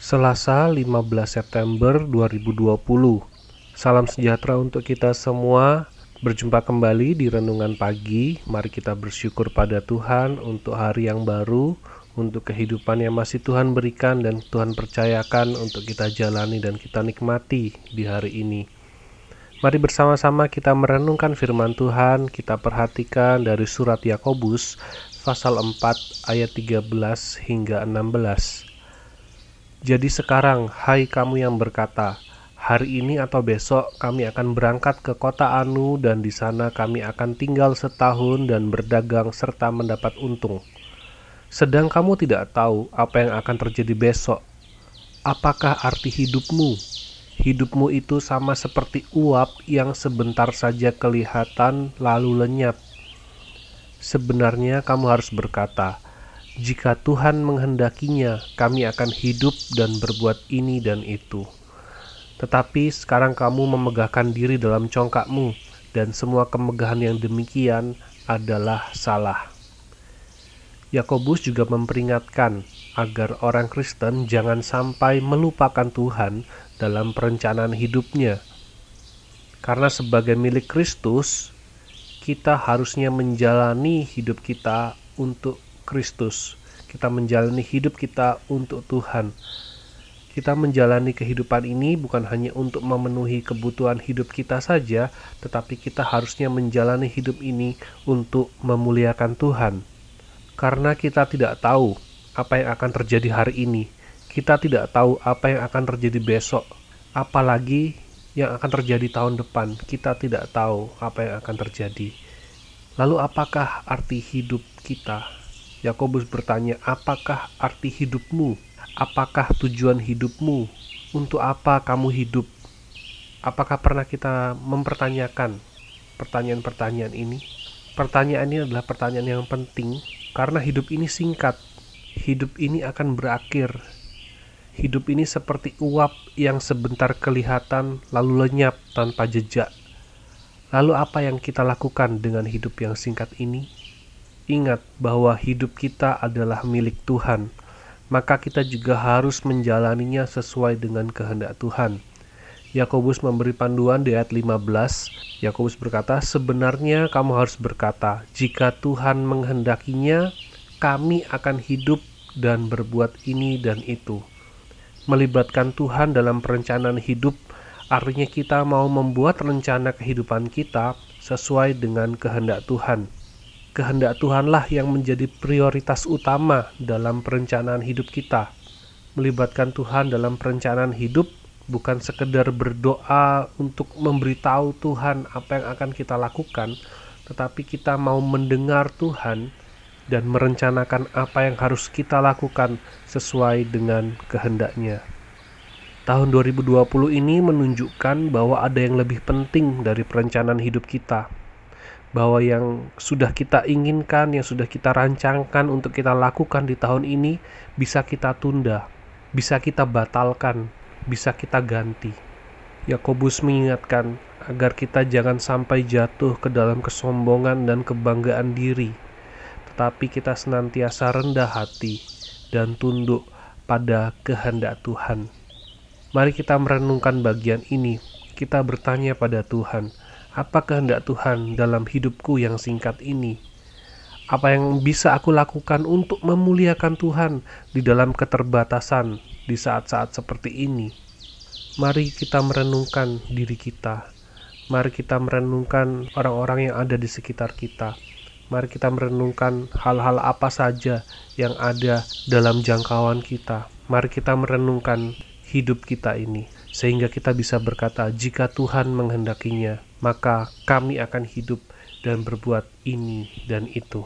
Selasa 15 September 2020. Salam sejahtera untuk kita semua. Berjumpa kembali di Renungan Pagi. Mari kita bersyukur pada Tuhan untuk hari yang baru, untuk kehidupan yang masih Tuhan berikan dan Tuhan percayakan untuk kita jalani dan kita nikmati di hari ini. Mari bersama-sama kita merenungkan firman Tuhan. Kita perhatikan dari surat Yakobus pasal 4 ayat 13 hingga 16. Jadi sekarang, hai kamu yang berkata, hari ini atau besok kami akan berangkat ke kota Anu dan di sana kami akan tinggal setahun dan berdagang serta mendapat untung. Sedang kamu tidak tahu apa yang akan terjadi besok. Apakah arti hidupmu? Hidupmu itu sama seperti uap yang sebentar saja kelihatan lalu lenyap. Sebenarnya kamu harus berkata, jika Tuhan menghendakinya, kami akan hidup dan berbuat ini dan itu. Tetapi sekarang kamu memegahkan diri dalam congkakmu, dan semua kemegahan yang demikian adalah salah. Yakobus juga memperingatkan agar orang Kristen jangan sampai melupakan Tuhan dalam perencanaan hidupnya. Karena sebagai milik Kristus, kita harusnya menjalani hidup kita untuk Kristus. Kita menjalani hidup kita untuk Tuhan. Kita menjalani kehidupan ini bukan hanya untuk memenuhi kebutuhan hidup kita saja, tetapi kita harusnya menjalani hidup ini untuk memuliakan Tuhan. Karena kita tidak tahu apa yang akan terjadi hari ini. Kita tidak tahu apa yang akan terjadi besok. Apalagi yang akan terjadi tahun depan. Kita tidak tahu apa yang akan terjadi. Lalu apakah arti hidup kita? Yakobus bertanya, apakah arti hidupmu? Apakah tujuan hidupmu? Untuk apa kamu hidup? Apakah pernah kita mempertanyakan pertanyaan-pertanyaan ini? Pertanyaan ini adalah pertanyaan yang penting karena hidup ini singkat. Hidup ini akan berakhir. Hidup ini seperti uap yang sebentar kelihatan lalu lenyap tanpa jejak. Lalu apa yang kita lakukan dengan hidup yang singkat ini? Ingat bahwa hidup kita adalah milik Tuhan, maka kita juga harus menjalaninya sesuai dengan kehendak Tuhan. Yakobus memberi panduan di ayat 15. Yakobus berkata, sebenarnya kamu harus berkata, jika Tuhan menghendakinya, kami akan hidup dan berbuat ini dan itu. Melibatkan Tuhan dalam perencanaan hidup, artinya kita mau membuat rencana kehidupan kita sesuai dengan kehendak Tuhan. Kehendak Tuhanlah yang menjadi prioritas utama dalam perencanaan hidup kita. Melibatkan Tuhan dalam perencanaan hidup bukan sekedar berdoa untuk memberitahu Tuhan apa yang akan kita lakukan, tetapi kita mau mendengar Tuhan dan merencanakan apa yang harus kita lakukan sesuai dengan kehendak-Nya. Tahun 2020 ini menunjukkan bahwa ada yang lebih penting dari perencanaan hidup kita. Bahwa yang sudah kita inginkan, yang sudah kita rancangkan untuk kita lakukan di tahun ini bisa kita tunda, bisa kita batalkan, bisa kita ganti. Yakobus mengingatkan agar kita jangan sampai jatuh ke dalam kesombongan dan kebanggaan diri, tetapi kita senantiasa rendah hati dan tunduk pada kehendak Tuhan. Mari kita merenungkan bagian ini. Kita bertanya pada Tuhan, apa kehendak Tuhan dalam hidupku yang singkat ini? Apa yang bisa aku lakukan untuk memuliakan Tuhan di dalam keterbatasan di saat-saat seperti ini? Mari kita merenungkan diri kita. Mari kita merenungkan orang-orang yang ada di sekitar kita. Mari kita merenungkan hal-hal apa saja yang ada dalam jangkauan kita. Mari kita merenungkan hidup kita ini, sehingga kita bisa berkata, jika Tuhan menghendakinya, maka kami akan hidup dan berbuat ini dan itu.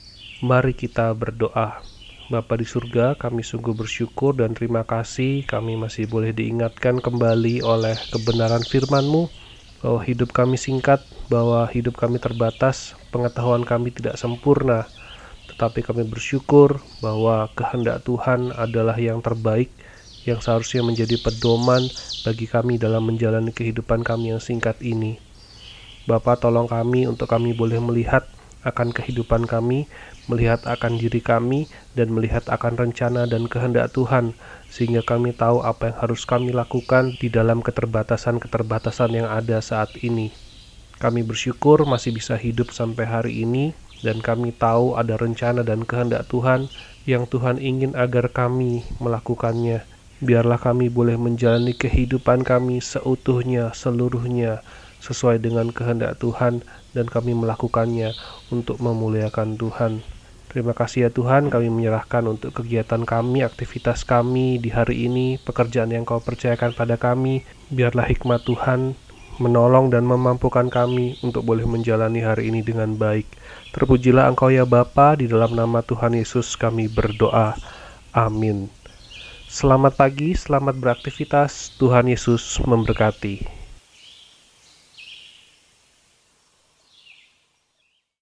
Mari kita berdoa. Bapa di surga, kami sungguh bersyukur dan terima kasih kami masih boleh diingatkan kembali oleh kebenaran firman-Mu, bahwa hidup kami singkat, bahwa hidup kami terbatas, pengetahuan kami tidak sempurna, tetapi kami bersyukur bahwa kehendak Tuhan adalah yang terbaik, yang seharusnya menjadi pedoman bagi kami dalam menjalani kehidupan kami yang singkat ini. Bapa, tolong kami untuk kami boleh melihat akan kehidupan kami, melihat akan diri kami, dan melihat akan rencana dan kehendak Tuhan, sehingga kami tahu apa yang harus kami lakukan di dalam keterbatasan-keterbatasan yang ada saat ini. Kami bersyukur masih bisa hidup sampai hari ini, dan kami tahu ada rencana dan kehendak Tuhan yang Tuhan ingin agar kami melakukannya. Biarlah kami boleh menjalani kehidupan kami seutuhnya, seluruhnya, sesuai dengan kehendak Tuhan, dan kami melakukannya untuk memuliakan Tuhan. Terima kasih ya Tuhan, kami menyerahkan untuk kegiatan kami, aktivitas kami di hari ini, pekerjaan yang Kau percayakan pada kami. Biarlah hikmat Tuhan menolong dan memampukan kami untuk boleh menjalani hari ini dengan baik. Terpujilah Engkau ya Bapa, di dalam nama Tuhan Yesus kami berdoa. Amin. Selamat pagi, selamat beraktivitas. Tuhan Yesus memberkati.